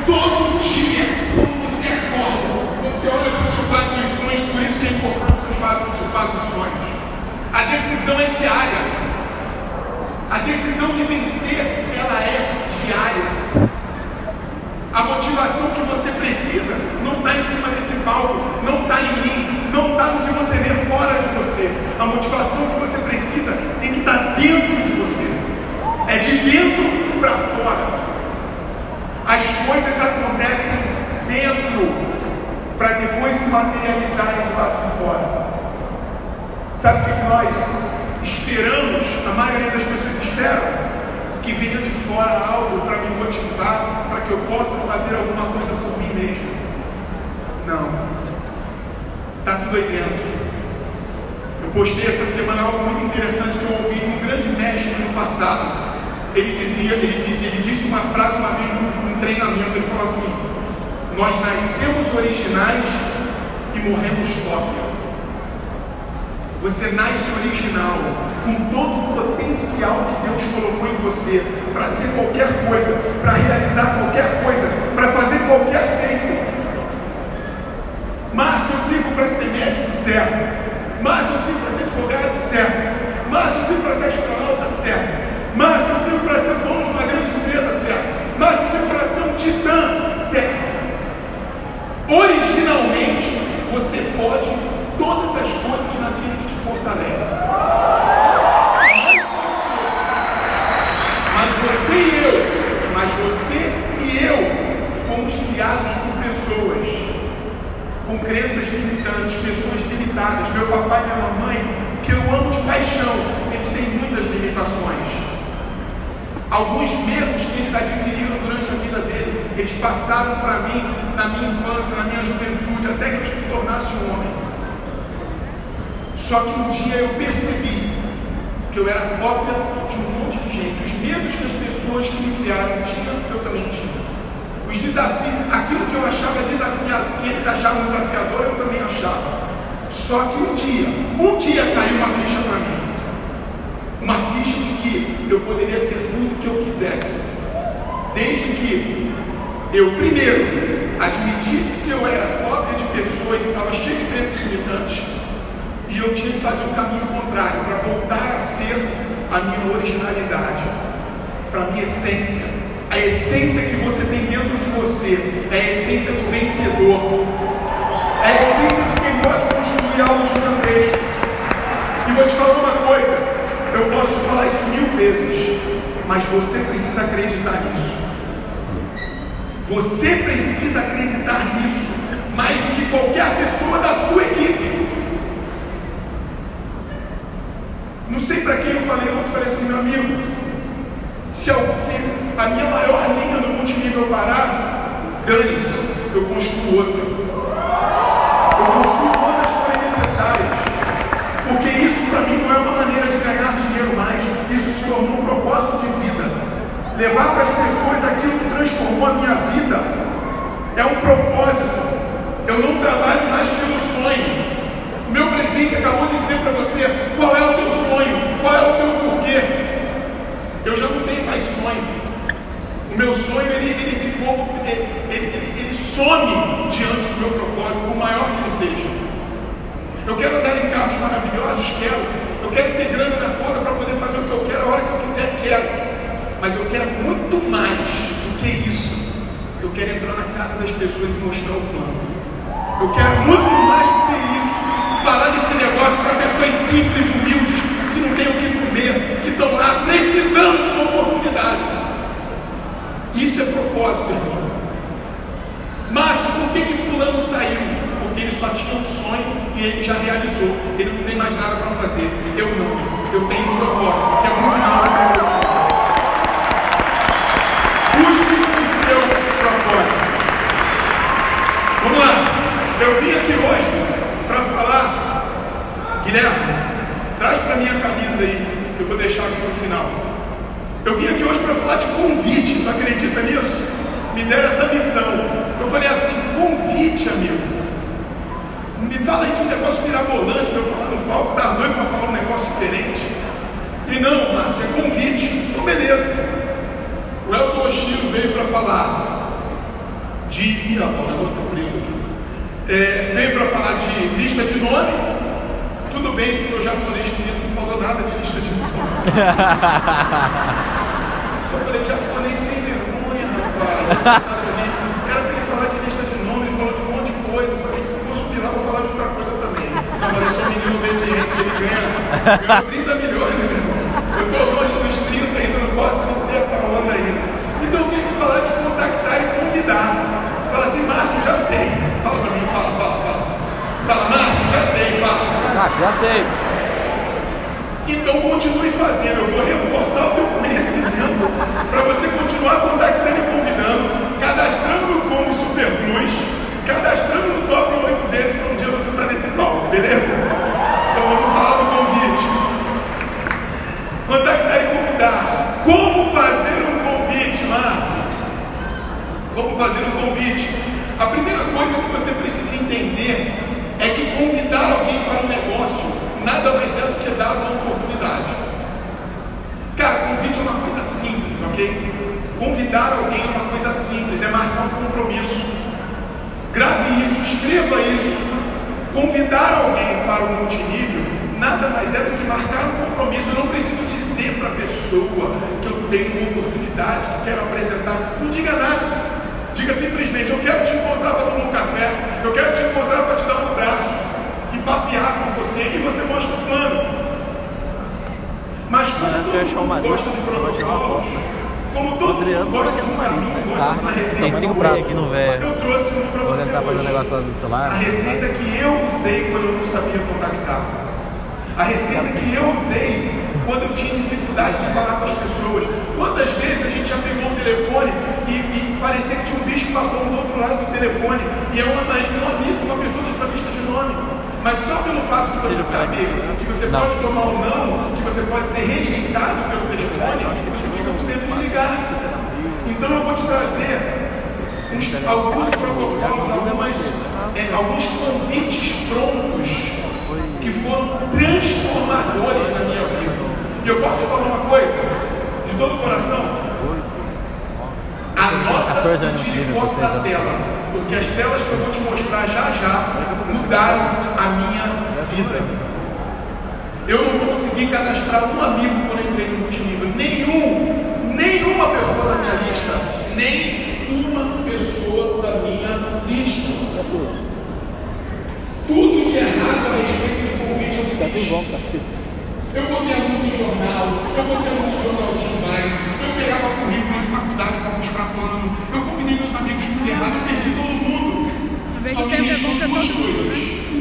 todo dia, quando você acorda, você olha para o seu quadro dos sonhos, por isso que é importante o seu quadro dos sonhos. A decisão é diária. A decisão de vencer, ela é diária. A motivação que você precisa não está em cima desse palco, não está em mim, não está no que você vê fora de você. A motivação que você precisa tem que estar dentro de você. É de dentro para fora. As coisas acontecem dentro para depois se materializarem do lado de fora. Sabe o que nós esperamos? A maioria das pessoas esperam que venha de fora algo para me motivar, para que eu possa fazer alguma coisa por mim mesmo. Não. Está tudo aí dentro. Eu postei essa semana algo muito interessante que eu ouvi de um grande mestre no passado. Ele disse uma frase uma vez num treinamento. Ele falou assim: nós nascemos originais e morremos cópia. Você nasce original, com todo o potencial que Deus colocou em você, para ser qualquer coisa, para realizar qualquer coisa, para fazer qualquer feito. Márcio, eu sirvo para ser médico? Certo. Márcio, eu sirvo para ser advogado? Certo. Márcio, eu sirvo para ser astronauta? Certo. Márcio, eu sirvo para ser dono de uma grande empresa? Certo. Márcio, eu sirvo para ser um titã? Certo. Originalmente, você pode todas as coisas naquele que te fortalece. Mas você e eu fomos criados por pessoas com crenças limitantes, pessoas limitadas. Meu papai e minha mamãe, que eu amo de paixão, eles têm muitas limitações. Alguns medos que eles adquiriram durante a vida dele, eles passaram para mim na minha infância, na minha juventude, até que eu me tornasse um homem. Só que um dia eu percebi que eu era cópia de um monte de gente. Os medos que as pessoas que me criaram tinham, eu também tinha. Os desafios, aquilo que eu achava desafiador, que eles achavam desafiador, eu também achava. Só que um dia caiu uma ficha para mim. Uma ficha de que eu poderia ser tudo que eu quisesse. Desde que eu, primeiro, admitisse que eu era cópia de pessoas e estava cheio de crenças limitantes. E eu tinha que fazer um caminho contrário para voltar a ser a minha originalidade, para a minha essência. A essência que você tem dentro de você é a essência do vencedor. É a essência de quem pode construir algo gigantesco. E vou te falar uma coisa, eu posso te falar isso 1000 vezes, mas você precisa acreditar nisso. Você precisa acreditar nisso mais do que qualquer pessoa da sua equipe. Não sei para quem eu falei ontem, falei assim: meu amigo, se a minha maior linha no multinível parar, dane-se, eu construo outra. Eu construo quantas forem necessárias. Porque isso para mim não é uma maneira de ganhar dinheiro mais, isso se tornou um propósito de vida. Levar para as pessoas aquilo que transformou a minha vida é um propósito. Eu não trabalho mais pelo sonho. O meu presidente acabou de dizer para você qual é o teu sonho, qual é o seu porquê. Eu já não tenho mais sonho. O meu sonho, ele some diante do meu propósito, por maior que ele seja. Eu quero andar em carros maravilhosos, quero. Eu quero ter grana na conta para poder fazer o que eu quero, a hora que eu quiser, quero. Mas eu quero muito mais do que isso. Eu quero entrar na casa das pessoas e mostrar o plano. Eu quero muito mais do que isso. Falar desse negócio para pessoas simples, humildes, que não têm o que comer, que estão lá precisando de uma oportunidade. Isso é propósito, irmão. Mas por que fulano saiu? Porque ele só tinha um sonho e ele já realizou. Ele não tem mais nada para fazer. Eu não. Eu tenho um propósito que é muito maior que você. Busque o seu propósito. Vamos lá. Eu vim aqui hoje para falar, Guilherme, traz para mim a camisa aí, que eu vou deixar aqui no final. Eu vim aqui hoje para falar de convite, tu acredita nisso? Me deram essa missão. Eu falei assim: convite, amigo. Me fala aí de um negócio mirabolante para eu falar no palco, tá doido para falar um negócio diferente. E não, Márcio, é convite. Então beleza. O Elton Oshiro veio para falar Ih, rapaz, o negócio está preso aqui. Veio para falar de lista de nome. Tudo bem, porque o meu japonês querido não falou nada de lista de nome. Eu falei, japonês sem vergonha, rapaz. Era para ele falar de lista de nome, ele falou de um monte de coisa. Eu falei, vou subir lá, vou falar de outra coisa também. Não, mas eu sou um menino obediente, ele ganha 30 milhões, meu irmão. Eu estou longe dos 30 ainda, não posso ter essa onda aí. Então eu vim aqui falar de contactar e convidar. Fala assim, Márcio, já sei. Fala pra mim, fala. Fala, Márcio, já sei, fala. Márcio, já sei. Então continue fazendo. Eu vou reforçar o teu conhecimento para você continuar contactando e convidando, cadastrando no Combo Super Plus, cadastrando no Top 8 vezes para um dia você estar nesse palco, beleza? Então vamos falar do convite. Contactar e convidar. Como fazer um convite, Márcio? Como fazer um convite? A primeira coisa que você precisa entender é que convidar alguém para um negócio nada mais é do que dar uma oportunidade. Cara, convite é uma coisa simples, ok? Convidar alguém é uma coisa simples, é marcar um compromisso. Grave isso, escreva isso. Convidar alguém para um multinível nada mais é do que marcar um compromisso. Eu não preciso dizer para a pessoa que eu tenho uma oportunidade, que quero apresentar. Não diga nada. Diga simplesmente, eu quero te encontrar para tomar um café, eu quero te encontrar para te dar um abraço e papear com você, e você mostra o plano. Mas como todo mundo gosta de protocolos, como todo mundo gosta de um caminho, gosta de uma receita, tem 5 pratos aqui no velho. Eu trouxe um para você fazer um hoje. negócio do celular. A receita que eu usei quando eu não sabia contactar. A receita que eu usei quando eu tinha dificuldade de falar com as pessoas. Quantas vezes a gente já pegou o telefone e parecia que tinha um bicho papão do outro lado do telefone, e é um amigo, uma pessoa da sua lista de nome, mas só pelo fato de você saber que você pode tomar um não, que você pode ser rejeitado pelo telefone, você fica com medo de ligar. Então eu vou te trazer alguns protocolos, alguns convites prontos que foram transformadores na minha vida. E eu posso te falar uma coisa, de todo o coração, anota e tire foto da tela, porque as telas que eu vou te mostrar já mudaram a minha vida. Eu não consegui cadastrar um amigo quando eu entrei no multinível, nenhuma pessoa da minha lista, nenhuma pessoa da minha lista. Tudo de errado a respeito de convite eu fiz. Eu botei anúncio em jornal, eu botei anúncio em jornalzinho de bairro, eu pegava currículo em faculdade para mostrar plano, eu convidei meus amigos tudo errado, eu perdi todo mundo. Só me restou duas coisas.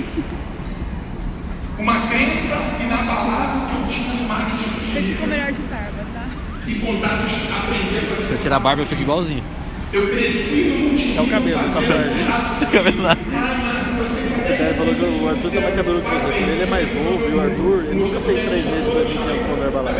Uma crença inabalável que eu tinha no marketing multinível. E contatos, aprender a fazer. Se eu tirar a barba eu fico igualzinho. Eu cresci no multinível. É o cabelo, só pra Esse cara falou que o Arthur tá mais cabeludo que você. Ele é mais novo e o Arthur, ele nunca fez 3 meses de 2015 com o Herbalife.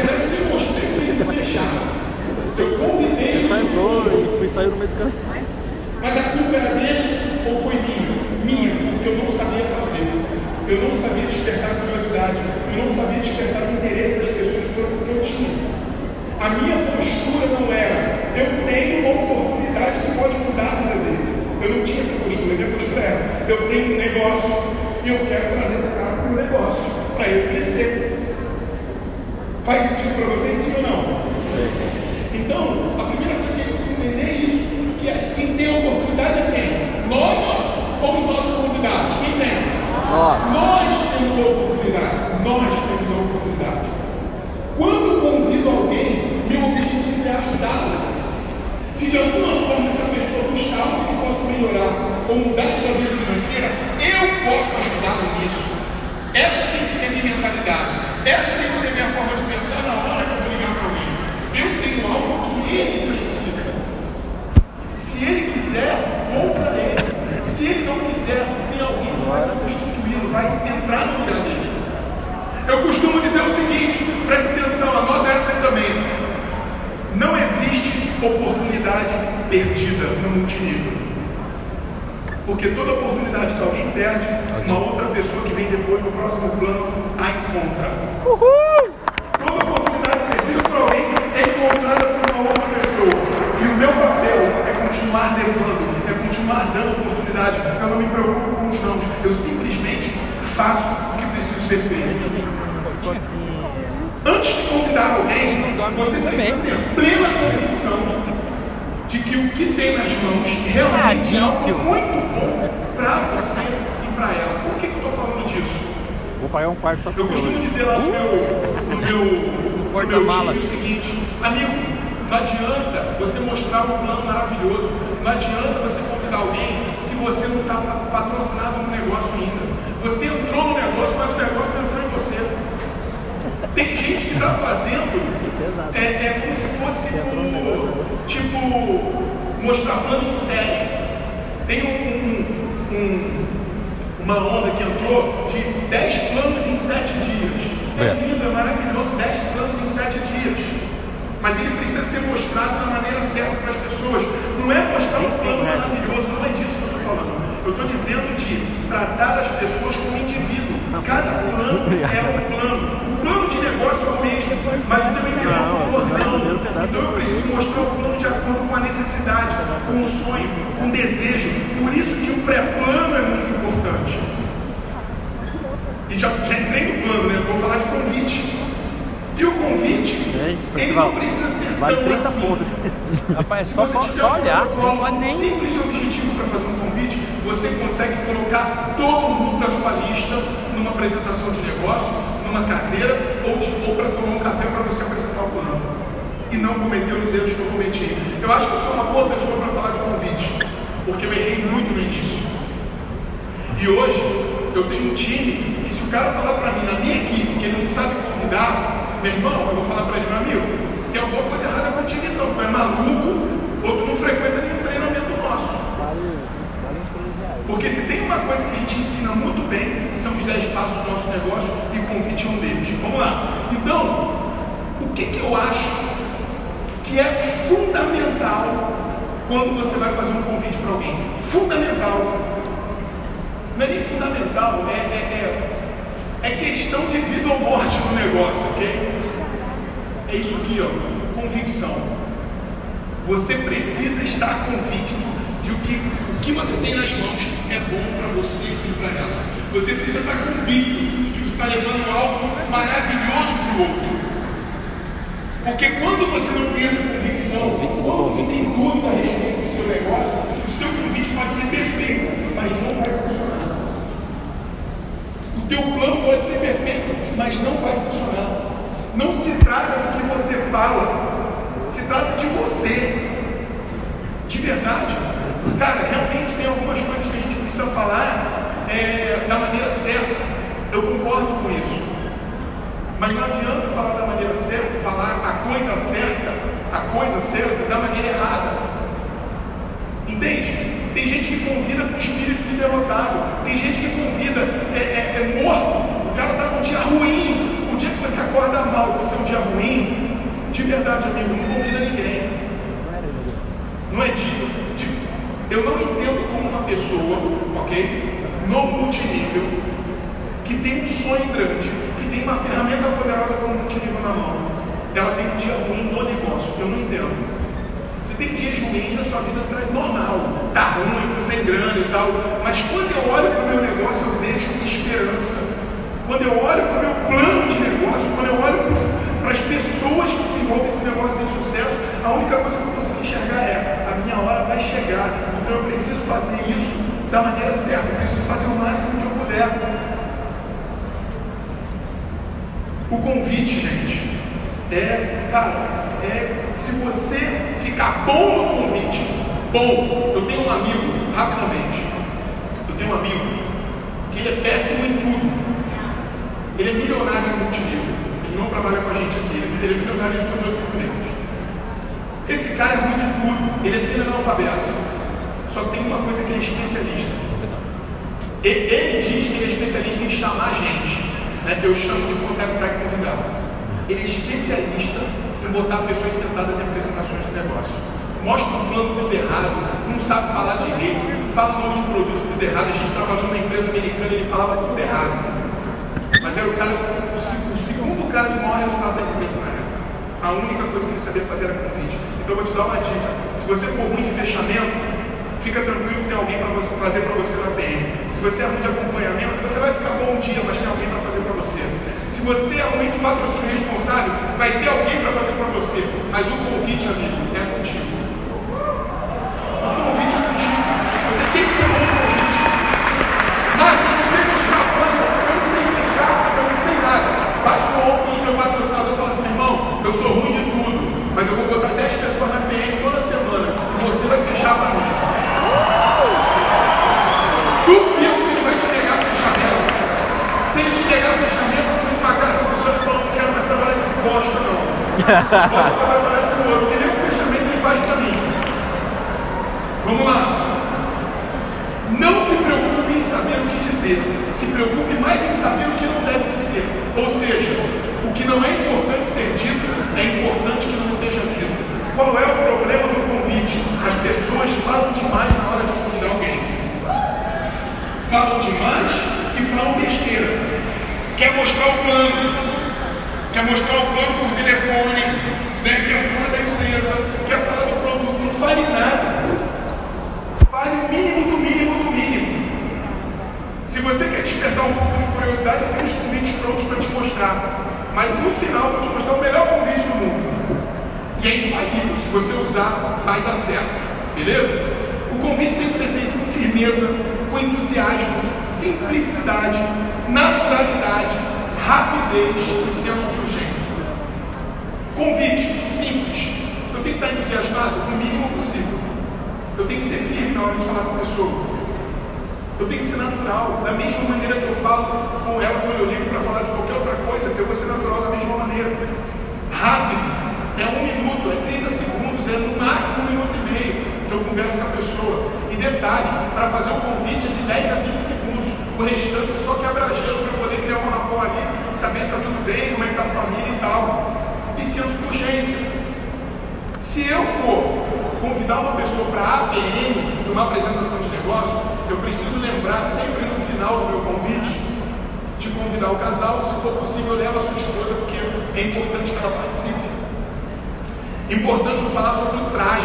Ele só entrou e saiu no meio do caminho. Mas a culpa era deles ou foi minha? Minha, porque eu não sabia fazer. Eu não sabia despertar a curiosidade. Eu não sabia despertar o interesse das pessoas pelo que eu tinha. A minha postura não era, eu tenho uma oportunidade que pode mudar a vida dele. Eu não tinha essa postura, minha postura era, eu tenho um negócio e eu quero trazer esse cara para o negócio, para ele crescer. Faz sentido para vocês, sim ou não? Então, a primeira coisa que a gente precisa entender é isso, que quem tem a oportunidade é quem? Nós ou os nossos convidados? Quem tem? Nós temos a oportunidade. Quando convido alguém, meu objetivo é ajudá-lo. Se de alguma forma essa pessoa buscar algo que possa melhorar ou mudar sua vida financeira, eu posso ajudá-lo nisso. Essa tem que ser a minha mentalidade. Essa tem que ser a minha forma de pensar na hora que eu vou ligar para alguém. Eu tenho algo que ele precisa. Se ele quiser, bom para ele. Se ele não quiser, tem alguém que vai substituí-lo, vai entrar no lugar dele. Eu costumo dizer o seguinte, presta atenção, anota essa aí também. Não existe oportunidade perdida no multinível. Porque toda oportunidade que alguém perde, uma outra pessoa que vem depois no próximo plano a encontra. Toda oportunidade perdida por alguém é encontrada por uma outra pessoa. E o meu papel é continuar levando, é continuar continuar dando oportunidade. Eu não me preocupo com os não. Eu simplesmente faço o que precisa ser feito. Antes de convidar alguém, você precisa ter plena convicção de que o que tem nas mãos realmente é algo muito bom para você e para ela. Por que eu estou falando disso? Vou pagar um quarto só para você. Eu costumo dizer lá no meu time o seguinte: amigo, não adianta você mostrar um plano maravilhoso, não adianta você convidar alguém se você não está patrocinado no negócio ainda. Você entrou no negócio, mas o negócio não entrou em você. Tem gente que está fazendo como se fosse tipo mostrar plano em série. Tem uma onda que entrou de 10 planos em 7 dias. É lindo, é maravilhoso, 10 planos em 7 dias. Mas ele precisa ser mostrado da maneira certa para as pessoas. Não é mostrar um plano maravilhoso, não é disso que eu estou falando. Eu estou dizendo de tratar as pessoas como indivíduo. Cada plano é um plano. O plano de negócio é o mesmo, mas o teu interlocutor não. Então eu preciso mostrar o plano de acordo com a necessidade, com o sonho, com o desejo. Por isso que o pré-plano é muito importante. E já entrei no plano, né? Eu vou falar de convite. E o convite, ele não precisa ser vale tão 30 assim. pontos. Rapaz, só olhar. Não pode nem simples objetivo para fazer um convite. Você consegue colocar todo mundo da sua lista numa apresentação de negócio, numa caseira ou para tomar um café para você apresentar o plano. E não cometer os erros que eu cometi. Eu acho que eu sou uma boa pessoa para falar de convite, porque eu errei muito no início. E hoje eu tenho um time que, se o cara falar para mim, na minha equipe, que ele não sabe convidar, meu irmão, eu vou falar para ele: meu amigo, tem alguma coisa errada contigo então, tu é maluco ou tu não frequenta nenhum treinamento nosso. Porque se tem uma coisa que a gente ensina muito bem, são os 10 passos do nosso negócio, e convite é um deles. Vamos lá. Então, o que eu acho que é fundamental quando você vai fazer um convite para alguém? Fundamental. Não é nem fundamental, é questão de vida ou morte no negócio, ok? É isso aqui, ó, convicção. Você precisa estar convicto de o que você tem nas mãos é bom para você e para ela. Você precisa estar convicto de que você está levando algo maravilhoso para o outro. Porque quando você não tem essa convicção, quando você tem dúvida a respeito do seu negócio, o seu convite pode ser perfeito, mas não vai funcionar. O teu plano pode ser perfeito, mas não vai funcionar. Não se trata do que você fala, se trata de você. De verdade. Cara, realmente tem algumas coisas que a gente precisa falar da maneira certa. Eu concordo com isso. Mas não adianta falar da maneira certa, falar a coisa certa da maneira errada. Entende? Tem gente que convida com espírito de derrotado. Tem gente que convida morto. O cara está num dia ruim. O dia que você acorda mal, que você é um dia ruim, de verdade, amigo, não convida ninguém. Não é eu não entendo como uma pessoa, ok, no multinível, que tem um sonho grande, que tem uma ferramenta poderosa como multinível na mão, ela tem um dia ruim no negócio. Eu não entendo. Você tem dias ruins na sua vida normal, tá ruim, sem grana e tal, mas quando eu olho para o meu negócio, eu vejo esperança. Quando eu olho para o meu plano de negócio, quando eu olho para as pessoas que desenvolvem esse negócio e têm sucesso, a única coisa que eu consigo enxergar é: a minha hora vai chegar, então eu preciso fazer isso da maneira certa, eu preciso fazer o máximo que eu puder. O convite, gente, se você ficar bom no convite, eu tenho um amigo, rapidamente, que ele é péssimo em tudo. Ele é milionário em multinível. Ele não trabalha com a gente aqui, ele é milionário em todos os empresas. Esse cara é ruim de tudo, ele é semi-analfabeto. Só que tem uma coisa que ele é especialista. Ele diz que ele é especialista em chamar gente, né? Eu chamo de contactar e convidar. Ele é especialista em botar pessoas sentadas em apresentações de negócio. Mostra um plano tudo errado, não sabe falar direito, fala o nome de produto tudo errado. A gente trabalhou numa empresa americana e ele falava tudo errado. Mas era o segundo cara de maior resultado da empresa na época. A única coisa que ele sabia fazer era convite. Então eu vou te dar uma dica: se você for ruim de fechamento, fica tranquilo que tem alguém para você fazer para você na PM. Se você é ruim de acompanhamento, você vai ficar bom um dia, mas tem alguém para fazer para você. Se você é ruim de patrocínio responsável, vai ter alguém para fazer para você. Mas o convite, amigo, é contigo. O convite é contigo. Você tem que ser bom no convite. Mas eu não sei mostrar a planta, eu não sei fechar, eu não sei nada. Bate no ombro do meu patrocinador e fala assim, meu irmão, eu sou ruim de tudo, mas eu vou botar 10 pessoas na PM toda semana e você vai fechar para mim. Duvido que ele vai te negar o fechamento. Se ele te negar o fechamento, eu uma carta para você falando que não quero mais trabalhar com esse bosta, não. Bota para trabalhar com o outro, porque nem o fechamento ele faz para mim. Vamos lá. Não se preocupe em saber o que dizer. Se preocupe mais em saber o que não deve dizer. Ou seja, o que não é importante ser dito, é importante que não seja dito. Qual é o problema do convite? As pessoas falam demais na hora de convidar alguém. Falam demais e falam besteira. Quer mostrar o plano. Quer mostrar o plano por telefone. Quer falar da empresa. Quer falar do produto. Não fale nada. Fale o mínimo do mínimo do mínimo. Se você quer despertar um pouco de curiosidade, eu tenho os convites prontos para te mostrar. Mas no final, eu vou te mostrar o melhor convite do mundo. E é infalível. Se você usar, vai dar certo. Beleza? O convite tem que ser feito com firmeza, com entusiasmo, simplicidade, naturalidade, rapidez e senso de urgência. Convite simples. Eu tenho que estar entusiasmado o mínimo possível. Eu tenho que ser firme na hora de falar com a pessoa. Eu tenho que ser natural. Da mesma maneira que eu falo com ela quando eu ligo para falar de qualquer outra coisa, eu vou ser natural da mesma maneira. Rápido. É 1 minuto, é 30 segundos, é no máximo 1 minuto e meio que eu converso com a pessoa. E detalhe, para fazer o convite é de 10 a 20 segundos. O restante é só quebra-gelo para poder criar uma rapport ali, saber se está tudo bem, como é que está a família e tal. E senso de urgência. Se eu for convidar uma pessoa para a APM, numa apresentação de negócio, eu preciso lembrar sempre no final do meu convite de convidar o casal. Se for possível, leva a sua esposa, porque é importante que ela participe. Importante eu falar sobre o traje.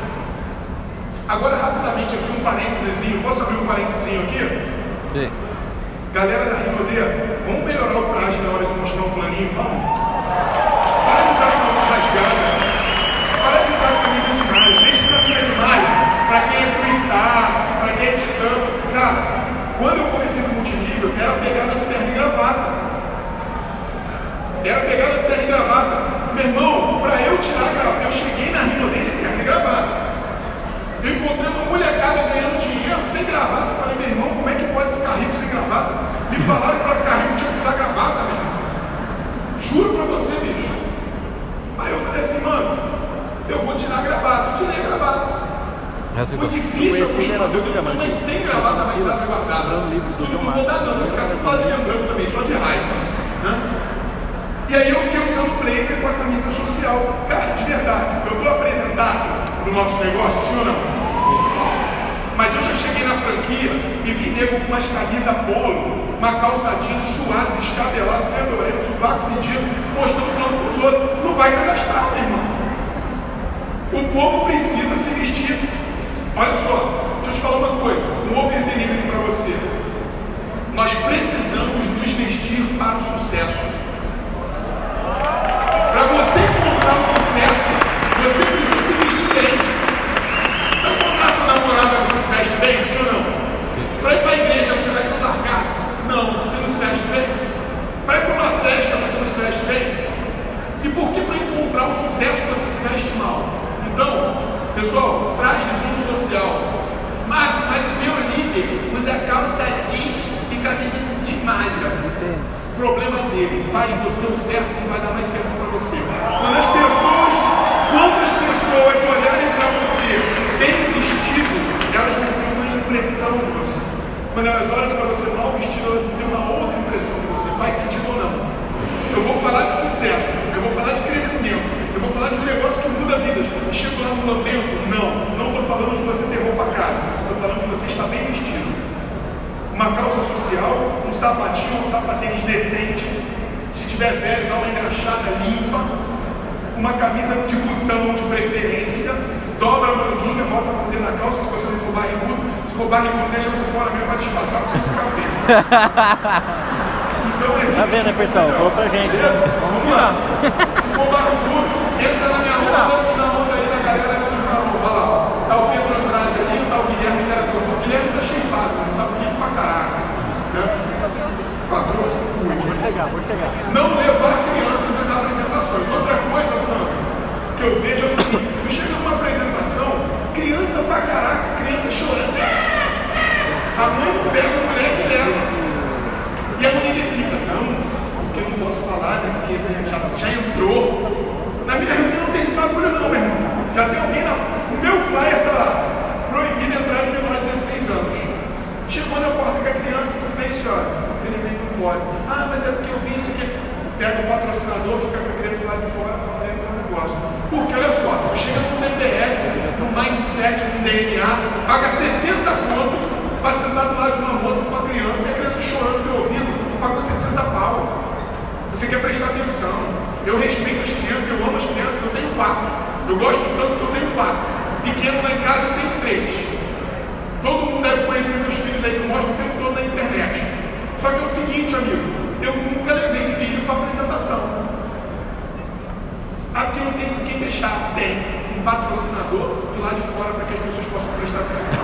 Agora, rapidamente, aqui um parênteses. Posso abrir um parênteses aqui? Sim. Galera da Rinodê, vamos melhorar o traje na hora de mostrar um planinho? Vamos? Para de usar a calça rasgada. Para de usar a camisa de malha. Deixa a camisa de malha para quem é turistar, para quem é titã. Cara, quando eu comecei no multinível, era pegada do terno e gravata. Era pegada do terno e gravata. Meu irmão, para eu tirar a gravata, eu cheguei na Rinodê de terno e gravata. Eu encontrei uma molecada ganhando dinheiro sem gravata. Eu falei, meu irmão, como é que pode ficar rico sem gravata? Me falaram que para ficar rico tinha que usar gravata, meu irmão. Juro para você, bicho. Aí eu falei assim, mano, eu vou tirar a gravata. Eu tirei a gravata. Foi difícil acostumar, mas sem gravata na casa guardada. Não vou dar não, vou ficar com lado de lembrança também, só de raiva. Né? E aí eu fiquei usando blazer com a camisa social. Cara, de verdade, eu estou apresentável no nosso negócio, sim ou não? Mas eu já cheguei na franquia e vi nego com umas camisas polo, uma calça jeans suada, descabelado, fedorento, sovaco fedido, mostrando plano para os outros. Não vai cadastrar, meu irmão. O povo precisa se vestir. Olha só, deixa eu te falar uma coisa, um over delivery para você. Nós precisamos nos vestir para o sucesso. Para você encontrar o sucesso, você precisa se vestir bem. Para encontrar sua namorada, você se veste bem, sim ou não? Para ir para a igreja, você vai todo largado? Não, você não se veste bem. Para ir para uma festa, você não se veste bem. E por que para encontrar o sucesso você se veste mal? Então, pessoal, trajezinho social. Mas o meu líder usa calça jeans e camisa de malha. O problema dele, faz você o certo que vai dar mais certo para você. Quando as pessoas olharem para você bem vestido, elas vão ter uma impressão de você. Quando elas olham para você mal vestido, elas vão ter uma outra impressão de você. Faz sentido ou não? Eu vou falar de sucesso, eu vou falar de crescimento, eu vou falar de um negócio que muda vidas. Chego lá no lamento? Não estou falando de você ter roupa cara, estou falando de você estar bem vestido. Uma calça social, um sapatinho, um sapatênis decente. Se tiver velho, dá uma engraxada limpa. Uma camisa de botão de preferência. dobra a manguinha, bota por dentro da calça, se você não for barrigudo. Se for barrigudo, deixa por fora mesmo para disfarçar, para você ficar feio. Então, tá vendo, né, pessoal? Falou pra gente. Vamos lá. Se for barrigudo, entra na minha onda e na onda aí da galera que tá na onda. Olha lá. Tá o Pedro Andrade ali, tá o Guilherme que era doutor. O Guilherme tá shapeado, tá bonito pra caraca. Né? Patrão, se cuide. Vou chegar. Não levar crianças nas apresentações. Outra coisa, Sandro, que eu vejo é o seguinte: tu chega numa apresentação, criança pra caraca, criança chorando. A mãe não pega o moleque e leva. E a mulher fica, não, porque eu não posso falar, né? Porque já entrou. Na minha reunião não tem esse bagulho não, meu irmão. Já tem alguém lá. O meu flyer tá lá. Proibido entrar de menor de 16 anos. Chegou na porta com a criança, tudo bem, senhora? Infelizmente não pode. Ah, mas é porque eu vi isso aqui. Pega o patrocinador, fica com a criança lá de fora, entra no negócio. Porque olha só, chega no DPS, no Mindset, no DNA, paga 60 conto para sentar do lado de uma moça com a criança, e a criança chorando no ouvido, paga 60 pau. Você quer prestar atenção. Eu respeito as crianças, eu amo as crianças, eu tenho 4. Eu gosto tanto que eu tenho 4. Pequeno lá em casa eu tenho 3. Todo mundo deve conhecer meus filhos aí que eu mostro o tempo todo na internet. Só que é o seguinte, amigo, eu nunca levei filho para apresentação. Aqui não tem com quem deixar. Tem um patrocinador do lado de fora para que as pessoas possam prestar atenção.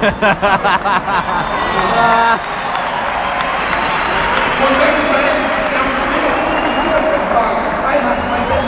Quando é que tá? É um preço que precisa ser pago. Ai, mas é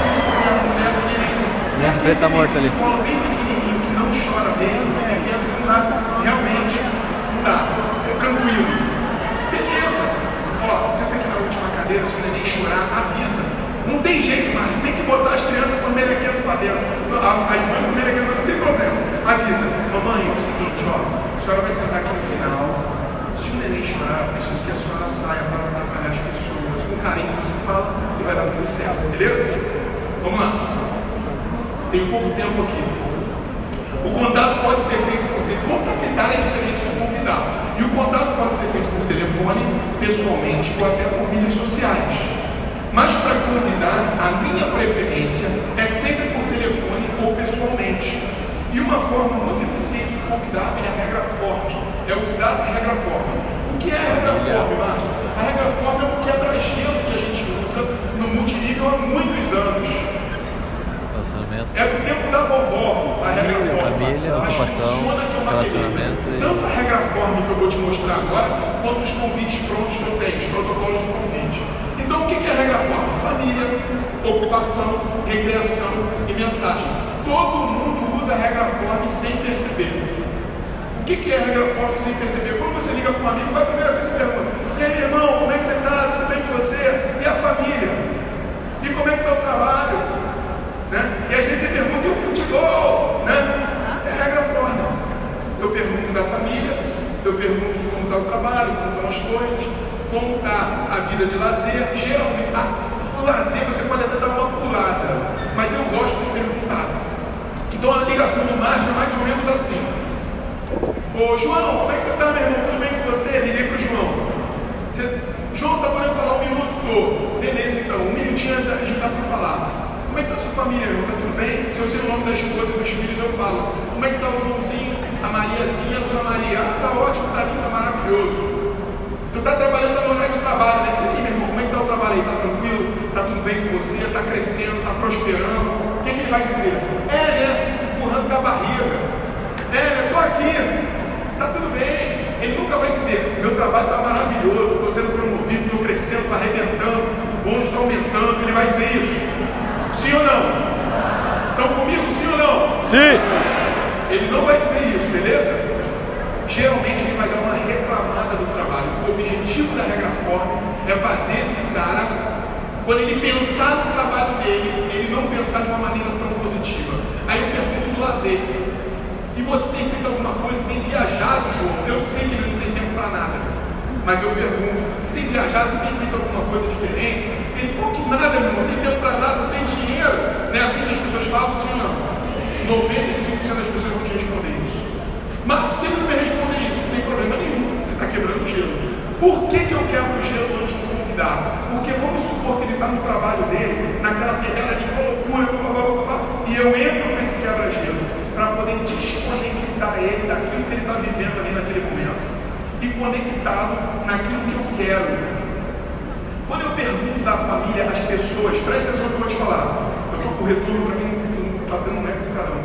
Minha preta morta ali. Escola bem pequenininho, que não chora mesmo, que tem criança que não dá, realmente, não dá. É tranquilo. Beleza. Ó, senta aqui na última cadeira, se o neném chorar, avisa. Não tem jeito, Márcio, tem que botar as crianças por melequento para dentro. As mães por melequento não tem problema. Avisa. Mamãe, é o seguinte, ó, a senhora vai sentar aqui no final. Se o neném chorar, eu preciso que a senhora saia para não atrapalhar as pessoas. Com carinho você fala e vai dar tudo certo, beleza? Vamos lá. Tem pouco tempo aqui. O contato pode ser feito por telefone. Contactar é diferente de convidar. E o contato pode ser feito por telefone, pessoalmente ou até por mídias sociais. Mas para convidar, a minha preferência é sempre por telefone ou pessoalmente. E uma forma muito eficiente de convidar é a regra FORM. É usar a regra FORM. O que é a regra FORM, Márcio? A regra FORM é um quebra-gelo que a gente usa no multinível há muitos anos. É do tempo da vovó, a regra FORM. Família, ocupação, relacionamento. Tanto a regra FORM que eu vou te mostrar agora, quanto os convites prontos que eu tenho, os protocolos de convite. Então, o que é a regra FORM? Família, ocupação, recreação e mensagem. Todo mundo usa a regra FORM sem perceber. O que é a regra FORM sem perceber? Quando você liga para um amigo, a primeira vez você pergunta: e aí, meu irmão, como é que você está? Tudo bem com você? E a família? E como é que está o trabalho? Né? E às vezes você pergunta: e o futebol? Né? É a regra FORM. Eu pergunto da família, eu pergunto de como está o trabalho, como estão as coisas, como está a vida de lazer. Geralmente, o lazer você pode até dar uma pulada, mas eu gosto de perguntar. Então a ligação do Márcio é mais ou menos assim: ô João, como é que você está, meu irmão? Tudo bem com você? Liguei para o João. João, você está podendo falar 1 minuto? Tô. Beleza, então, 1 minutinho a gente dá para falar. Como é que está a sua família, irmão? Está tudo bem? Se eu sei o nome da esposa e dos filhos, eu falo. Como é que está o Joãozinho, a Mariazinha, a dona Maria? Ah, está ótimo, está lindo, está maravilhoso. Tu está trabalhando, está no horário de trabalho, né? E aí, meu irmão, como é que está o trabalho aí? Está tranquilo? Está tudo bem com você? Está crescendo? Está prosperando? O que ele vai dizer? É, né? Empurrando com a barriga. É, né? Estou aqui. Está tudo bem. Ele nunca vai dizer: meu trabalho está maravilhoso, estou sendo promovido, estou crescendo, estou arrebentando, o bônus está aumentando. Ele vai dizer isso. Sim ou não? Estão comigo, sim ou não? Sim. Ele não vai dizer isso, beleza? Geralmente ele vai dar uma reclamada do trabalho. O objetivo da regra FORM é fazer esse cara, quando ele pensar no trabalho dele, ele não pensar de uma maneira tão positiva. Aí eu pergunto do lazer: e você tem feito alguma coisa? Tem viajado, João? Eu sei que ele não tem tempo para nada, mas eu pergunto: você tem viajado? Você tem feito alguma coisa diferente? Ele: pô, que nada, meu irmão, não tem tempo para nada, não tem dinheiro. Não é assim que as pessoas falam, sim ou não? 95% das pessoas vão te responder isso. Mas se ele não me responder isso, não tem problema nenhum, você está quebrando gelo. Por que eu quebro o gelo antes de convidar? Porque vamos supor que ele está no trabalho dele, naquela pegada de loucura, e eu entro nesse quebra-gelo para poder desconectar ele daquilo que ele está vivendo ali naquele momento e conectá-lo naquilo que eu quero. Quando eu pergunto da família às pessoas, presta atenção no que eu vou te falar. Eu estou com o retorno para mim, não está dando um eco do caramba.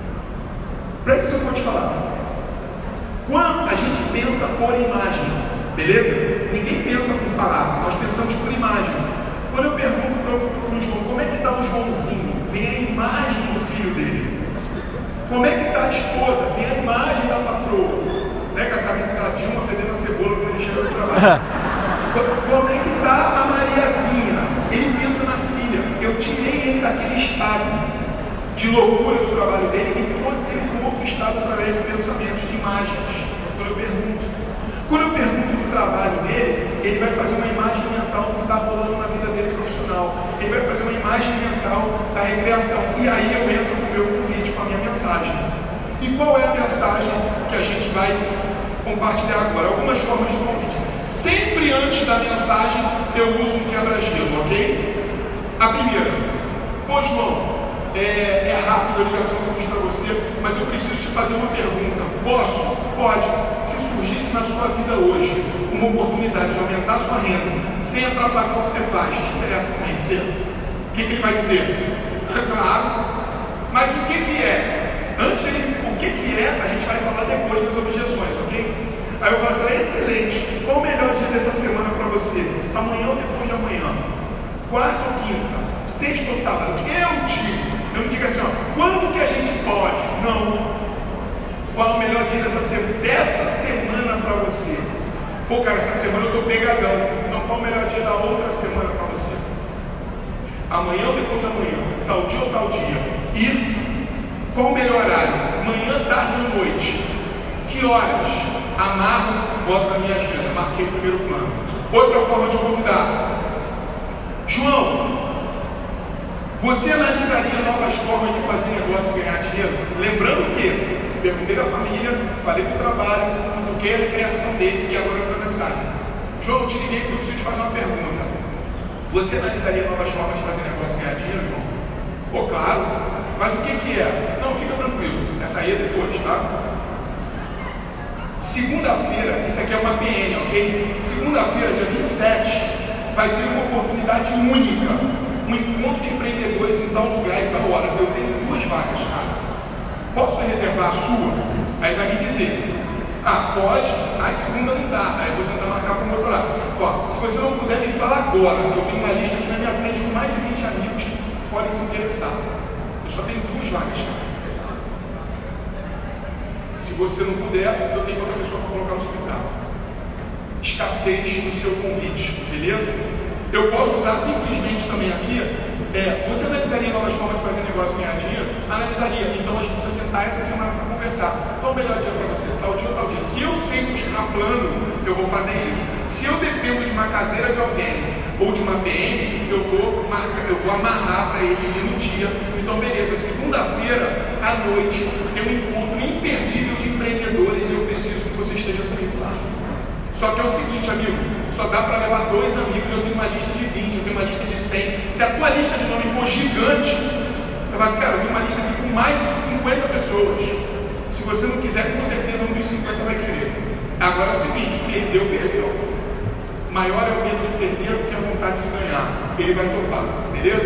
Presta atenção no que eu vou te falar. Quando a gente pensa por imagem, beleza? Ninguém pensa por palavra, nós pensamos por imagem. Quando eu pergunto para o João, como é que está o Joãozinho? Vem a imagem do filho dele. Como é que está a esposa? Vem a imagem da patroa. Né? Com a camisa da Dilma fedendo a cebola quando ele chega do trabalho. Como é que está a Mariazinha? Ele pensa na filha. Eu tirei ele daquele estado de loucura do trabalho dele e trouxe ele para um outro estado através de pensamentos, de imagens. Quando eu pergunto do trabalho dele, ele vai fazer uma imagem mental do que está rolando na vida dele profissional. Ele vai fazer uma imagem mental da recreação. E aí eu entro com o meu convite, com a minha mensagem. E qual é a mensagem que a gente vai compartilhar agora? Algumas formas de convite. Sempre antes da mensagem, eu uso um quebra-gelo, ok? A primeira. Pô, João, é rápido a ligação que eu fiz para você, mas eu preciso te fazer uma pergunta. Posso? Pode. Se surgisse na sua vida hoje uma oportunidade de aumentar a sua renda, sem atrapalhar o que você faz, te interessa conhecer? O que ele vai dizer? Claro. Mas o que é? Antes dele, o que é, a gente vai falar depois das objeções, ok? Aí eu falo assim, excelente, qual o melhor dia dessa semana para você? Amanhã ou depois de amanhã? Quarta ou quinta? Sexta ou sábado? Eu não digo assim, ó, quando que a gente pode? Não. Qual o melhor dia dessa semana para você? Pô, cara, essa semana eu tô pegadão. Não, qual o melhor dia da outra semana para você? Amanhã ou depois de amanhã? Tal dia ou tal dia? E qual o melhor horário? Manhã, tarde ou noite? Que horas? Amarro, boto na minha agenda, marquei o primeiro plano. Outra forma de convidar. João, você analisaria novas formas de fazer negócio e ganhar dinheiro? Lembrando que perguntei da família, falei do trabalho, toquei a recreação dele e agora eu mensagem. João, eu te liguei porque eu preciso te fazer uma pergunta. Você analisaria novas formas de fazer negócio e ganhar dinheiro, João? Pô, claro. Mas o que é? Não, fica tranquilo. Essa aí é depois, tá? Segunda-feira, isso aqui é uma PN, ok? Segunda-feira, dia 27, vai ter uma oportunidade única. Um encontro de empreendedores em tal lugar e tal hora. Eu tenho 2 vagas, cara. Posso reservar a sua? Aí vai me dizer, pode, a segunda não dá, aí eu vou tentar marcar para o outro lado. Ó, se você não puder, me fala agora, porque eu tenho uma lista aqui na minha frente com mais de 20 amigos que podem se interessar. Eu só tenho 2 vagas, cara. Se você não puder, eu tenho outra pessoa para colocar no hospital. Escassez no seu convite, beleza? Eu posso usar simplesmente também aqui, você analisaria novas formas de fazer negócio e ganhar dinheiro? Analisaria. Então a gente precisa sentar essa semana para conversar. Qual o melhor dia para você? Tal dia ou tal dia? Se eu sei buscar plano, eu vou fazer isso. Se eu dependo de uma caseira de alguém ou de uma PM, eu vou amarrar para ele ir no dia. Então beleza, segunda-feira à noite tem um encontro imperdível de empreendedores e eu preciso que você esteja comigo lá. Só que é o seguinte, amigo, só dá para levar 2 amigos, eu tenho uma lista de 20, eu tenho uma lista de 100. Se a tua lista de nome for gigante, eu falo assim, cara, eu tenho uma lista aqui com mais de 50 pessoas. Se você não quiser, com certeza um dos 50 vai querer. Agora é o seguinte, perdeu. Maior é o medo de perder do que a vontade de ganhar. Ele vai topar, beleza?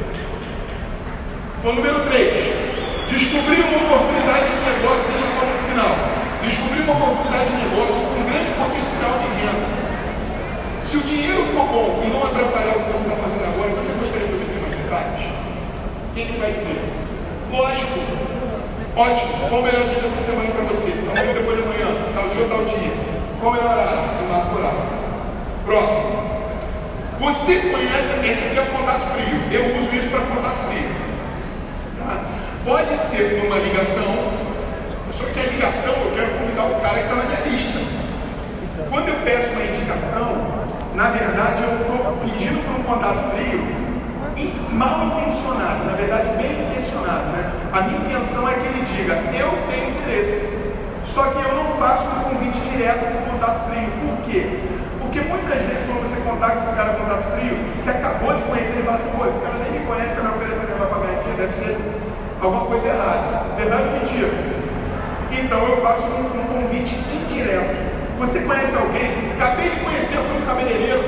Então, número 3, descobrir uma oportunidade de negócio, deixa eu falar no final. Descobrir uma oportunidade de negócio com grande potencial de renda. Se o dinheiro for bom e não atrapalhar o que você está fazendo agora, você gostaria de ouvir mais detalhes? Quem que vai dizer? Lógico. Ótimo. Qual o melhor dia dessa semana para você? Amanhã, depois de amanhã, tal dia ou tal dia? Qual o melhor horário? O marco horário. Próximo. Você conhece, esse aqui é o contato frio. Eu uso isso para contato frio. Tá? Pode ser numa ligação. Só que a ligação, eu quero convidar o cara que está na minha lista. Quando eu peço uma indicação, na verdade eu estou pedindo para um contato frio mal intencionado, na verdade bem intencionado, né? A minha intenção é que ele diga, eu tenho interesse. Só que eu não faço um convite direto para o contato frio. Por quê? Porque muitas vezes quando você contacta o cara contato frio, você acabou de conhecer ele e fala assim, pô, esse cara nem me conhece, está me oferecendo para pagar dinheiro, deve ser alguma coisa errada. Verdade ou mentira? Então eu faço um convite indireto. Você conhece alguém? Acabei de conhecer, fui no cabeleireiro,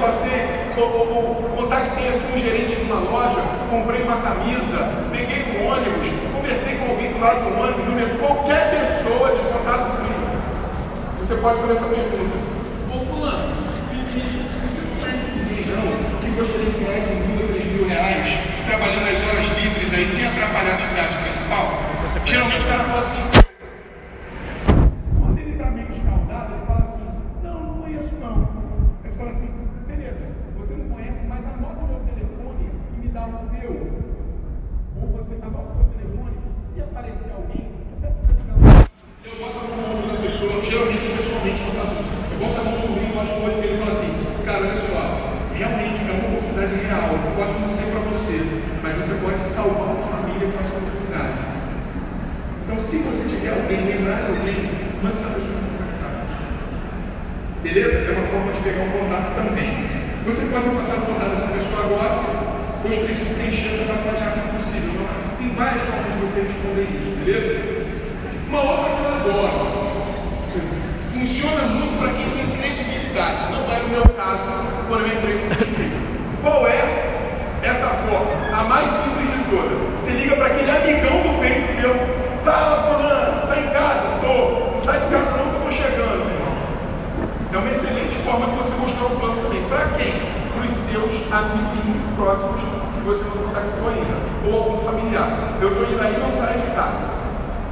contactei aqui um gerente de uma loja, comprei uma camisa, peguei um ônibus, conversei com alguém do lado do ônibus, no metrô, qualquer pessoa de contato frio. Você pode fazer essa pergunta. Ô fulano, você não conhece ninguém não que gostaria de ganhar de R$1.000 ou R$3.000 trabalhando as horas livres aí sem atrapalhar a atividade principal? Geralmente o cara fala assim, quando ele está meio escaldado, ele fala assim, não conheço não. Aí você fala assim, beleza, você não conhece, mas anota o meu telefone e me dá o seu. Ou você anota o meu telefone, se aparecer alguém, eu boto a mão no ombro da pessoa, geralmente pessoalmente eu faço isso. Eu boto a mão no ombro, olho no olho dele e falo assim, cara, olha só, realmente é uma oportunidade real, pode não ser para você, mas você pode salvar uma família com essa oportunidade. Então, se você tiver alguém, lembrar de alguém, mande essa pessoa me contactar. Beleza? É uma forma de pegar um contato também. Você pode passar o contato dessa pessoa agora, hoje preciso preencher essa parte mais rápido possível. Tem várias formas de você responder isso, beleza? Uma outra que eu adoro, funciona muito para quem tem credibilidade. Não era o meu caso quando eu entrei no time. Qual é essa forma? A mais simples de todas. Você liga para aquele amigão do peito teu. Fala, fulano, tá em casa? Tô. Não sai de casa não que eu tô chegando, meu irmão. É uma excelente forma de você mostrar o plano também. Para quem? Para os seus amigos muito próximos que você não contactou ainda. Ou algum familiar. Eu tô indo aí, não saia de casa.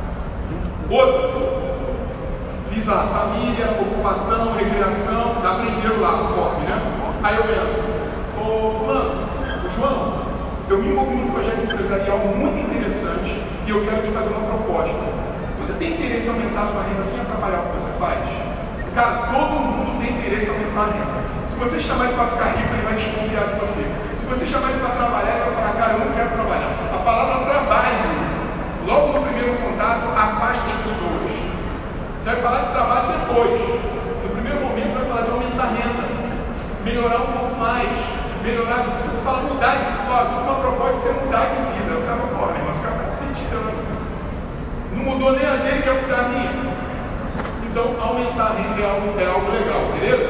Outro. Fiz lá família, ocupação, recreação. Já aprenderam lá no FOP, né? Aí eu entro. Ô fulano, João, eu me envolvi num projeto empresarial muito interessante e eu quero te fazer uma proposta. Você tem interesse em aumentar a sua renda sem atrapalhar o que você faz? Cara, todo mundo tem interesse em aumentar a renda. Se você chamar ele para ficar rico, ele vai desconfiar de você. Se você chamar ele para trabalhar, ele vai falar, cara, eu não quero trabalhar. A palavra trabalho, logo no primeiro contato, afasta as pessoas. Você vai falar de trabalho depois. No primeiro momento, você vai falar de aumentar a renda, melhorar um pouco mais. Melhorar, se você fala mudar, estou com uma proposta de você mudar de vida. O cara fala, irmão, esse cara está criticando. Não mudou nem a dele, quer mudar a minha. Então, aumentar a renda é algo legal, beleza?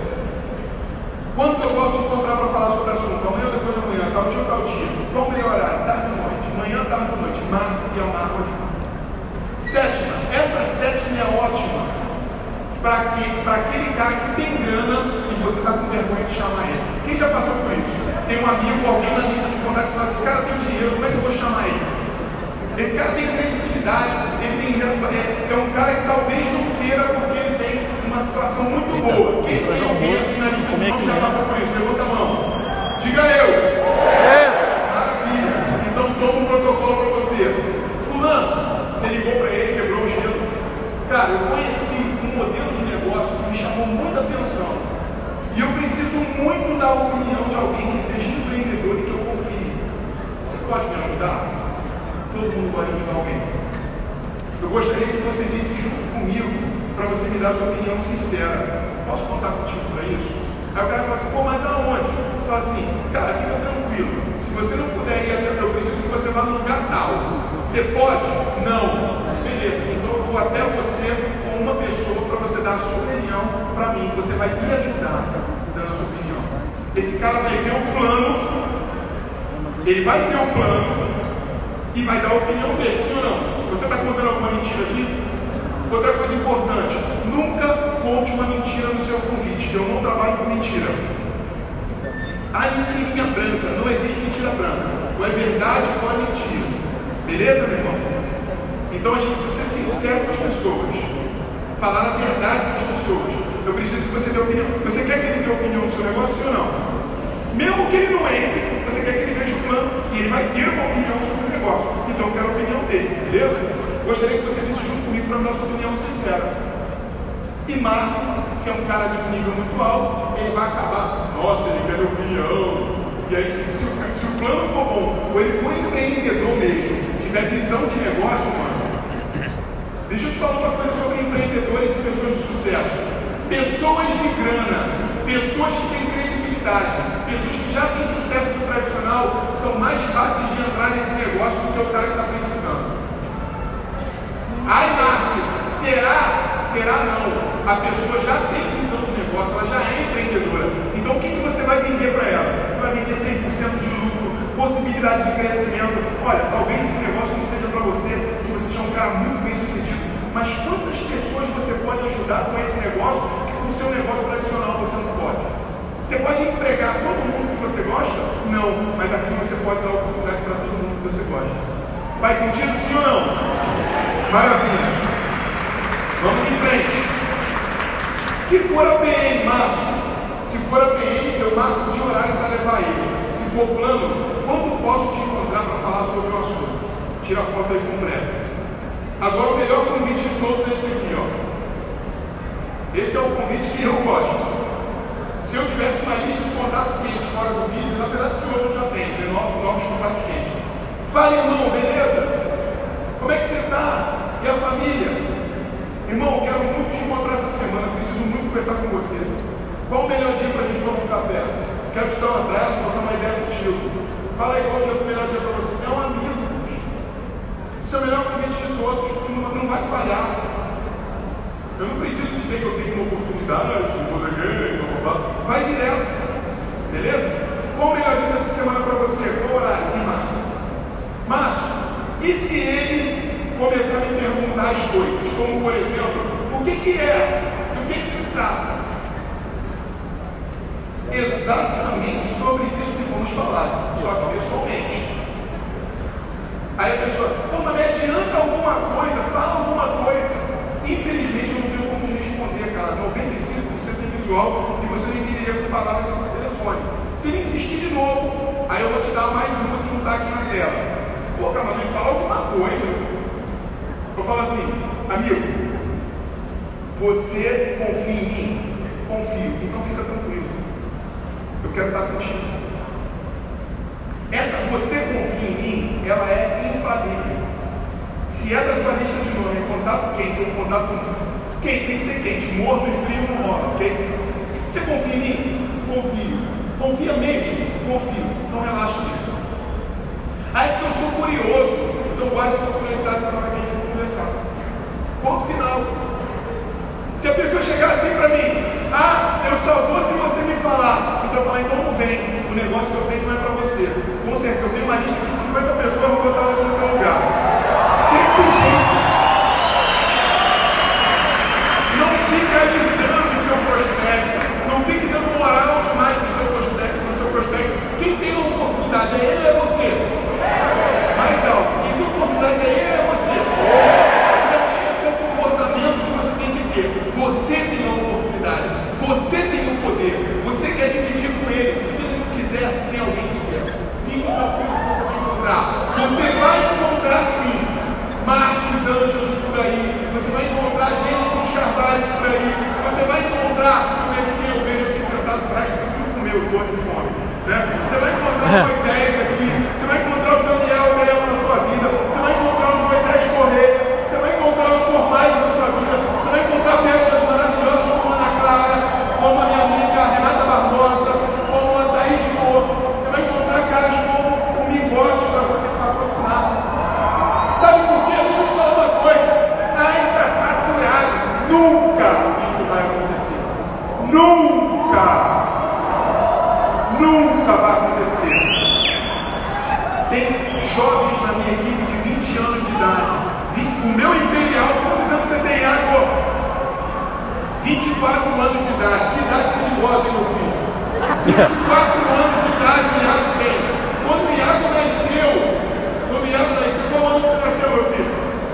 Quando que eu gosto de encontrar para falar sobre o assunto? Amanhã ou depois de amanhã, tal dia ou tal dia? Qual o melhor horário? Tarde ou noite? Manhã, tarde ou noite? Marco e a marco aqui. Sétima, essa sétima é ótima para aquele cara que tem grana e você está com vergonha de chamar ele. Quem já passou por isso? Tem um amigo, alguém na lista de contatos que fala, esse cara tem dinheiro, como é que eu vou chamar ele? Esse cara tem credibilidade, ele é um cara que talvez não queira porque ele tem uma situação muito boa. Quem tem alguém assim na lista de contatos já passou por isso? Levanta a mão. Diga eu. Maravilha. Então toma um protocolo para você. Fulano, você ligou para ele, quebrou o gelo. Cara, eu conheci um modelo de negócio que me chamou muita atenção. E eu preciso muito da opinião de alguém que seja empreendedor e que eu confie. Você pode me ajudar? Todo mundo pode ajudar alguém. Eu gostaria que você visse junto comigo para você me dar sua opinião sincera. Posso contar contigo para isso? Aí o cara fala assim, pô, mas aonde? Você fala assim, cara, fica tranquilo. Se você não puder ir até, eu preciso que você vá no lugar tal. Você pode? Não. Beleza, então eu vou até você com uma pessoa para você dar a sua opinião para mim. Você vai me ajudar dando a sua opinião. Esse cara vai ver o plano, ele vai ver o plano e vai dar a opinião dele, sim ou não? Você está contando alguma mentira aqui? Outra coisa importante, nunca conte uma mentira no seu convite. Eu não trabalho com mentira. A mentirinha branca, não existe mentira branca. Ou é verdade ou é mentira. Beleza, meu irmão? Então a gente precisa ser sincero com as pessoas. Falar a verdade com as pessoas. Eu preciso que você dê opinião. Você quer que ele dê opinião no seu negócio, sim ou não? Mesmo que ele não entre, você quer que ele veja o plano e ele vai ter uma opinião sobre o negócio. Então eu quero a opinião dele, beleza? Gostaria que você visse junto comigo para me dar sua opinião sincera. E Marco, se é um cara de um nível muito alto, ele vai acabar, nossa, ele quer minha opinião. E aí, se o plano for bom, ou ele for empreendedor mesmo, tiver visão de negócio, mano. Deixa eu te falar uma coisa sobre empreendedores e pessoas de sucesso. Pessoas de grana, pessoas que têm credibilidade, pessoas que já têm sucesso no tradicional, são mais fáceis de entrar nesse negócio do que o cara que está precisando. Ai, Márcio, Será não. A pessoa já tem visão de negócio, ela já é empreendedora. Então o que você vai vender para ela? Você vai vender 100% de lucro, possibilidade de crescimento. Olha, talvez esse negócio não seja para você, porque você já é um cara muito bem sucedido, mas quantas pessoas você pode ajudar com esse negócio que com o seu negócio tradicional você não pode? Você pode empregar todo mundo que você gosta? Não, mas aqui você pode dar oportunidade para todo mundo que você gosta. Faz sentido, sim ou não? Maravilha. Vamos em frente. Se for a PM, Márcio, se for a PM, eu marco de horário para levar ele. Se for plano, quando posso te encontrar para falar sobre o assunto? Tira a foto aí completa. Agora o melhor convite de todos é esse aqui, ó. Esse é o convite que eu gosto. Se eu tivesse uma lista de contatos quentes fora do business, apesar de que eu já tenho, tem novos contatos quentes. Fala, irmão, beleza? Como é que você está? E a família? Irmão, quero muito te encontrar essa semana, preciso muito conversar com você. Qual o melhor dia para a gente tomar um café? Quero te dar um abraço, trocar uma ideia contigo. Fala aí qual é o melhor dia para você. É um amigo. Isso é o melhor convite de todos, não vai falhar. Eu não preciso dizer que eu tenho uma oportunidade, vai direto. Beleza? Qual o melhor dia dessa semana para você? Qual horário? Me marca. Márcio, e se ele começar a me perguntar as coisas, como por exemplo, o que é? Do que se trata? Exatamente sobre isso que vamos falar, só que pessoalmente. Aí a pessoa, mas me adianta alguma coisa, fala alguma coisa. Infelizmente eu não tenho como te responder, cara. 95% é visual e você não entenderia com palavras no telefone. Se ele insistir de novo, aí eu vou te dar mais uma que não está aqui na tela. Pô, cara, me fala alguma coisa. Eu falo assim, amigo, você confia em mim? Confio, então fica tranquilo. Eu quero estar contigo. Essa você confia em mim, ela é infalível. Se é da sua lista de nome, contato quente ou contato quente, tem que ser quente, morno e frio não rola, ok? Você confia em mim? Confio. Confia mesmo? Confio. Então relaxa mesmo. Aí porque eu sou curioso, então guarda a sua curiosidade para a hora que a gente vai conversar. Ponto final. Se a pessoa chegar assim para mim, eu só vou se você me falar. Então eu falar, então não vem. O negócio que eu tenho não é para você. Com certeza, eu tenho uma lista de 50 pessoas, eu vou botar ela no teu lugar. Desse jeito. Não fica alisando o seu prospecto. Não fique dando moral demais para o seu prospecto. Quem tem a oportunidade é ele ou é você? Mais alto. Quem tem a oportunidade é ele ou é você? Então esse é o comportamento que você tem que ter. Você tem a oportunidade. Você tem o poder. Você quer dividir com ele. Se ele não quiser, tem alguém que quer. Fique tranquilo que você vai encontrar. Você vai encontrar sim Márcios Ângelos por aí. Você vai encontrar Gênesis Carvalho por aí. Você vai encontrar, como é que eu vejo aqui sentado atrás, tudo com meus gordos de fome. Né? Você vai encontrar Moisés aqui. Você vai encontrar o Daniel Bel na sua vida. Você vai encontrar os Moisés Correia. Você vai encontrar os formais na sua vida. Você vai encontrar pessoas maravilhosas como a Ana Clara, como a minha amiga Renata Barbosa, como a Thaís Moura. Você vai encontrar caras como o Migote para você patrocinar. Sabe por quê? Deixa eu te falar uma coisa. Está saturado. Nunca isso vai acontecer. Nunca. Nunca vai acontecer. Tem jovens na minha equipe de 20 anos de idade. O meu imperial, quantos anos você tem, Iago? 24 anos de idade. Que idade perigosa, hein, meu filho? 24 anos de idade o Iago tem. Quando o Iago nasceu, qual ano você nasceu, meu filho?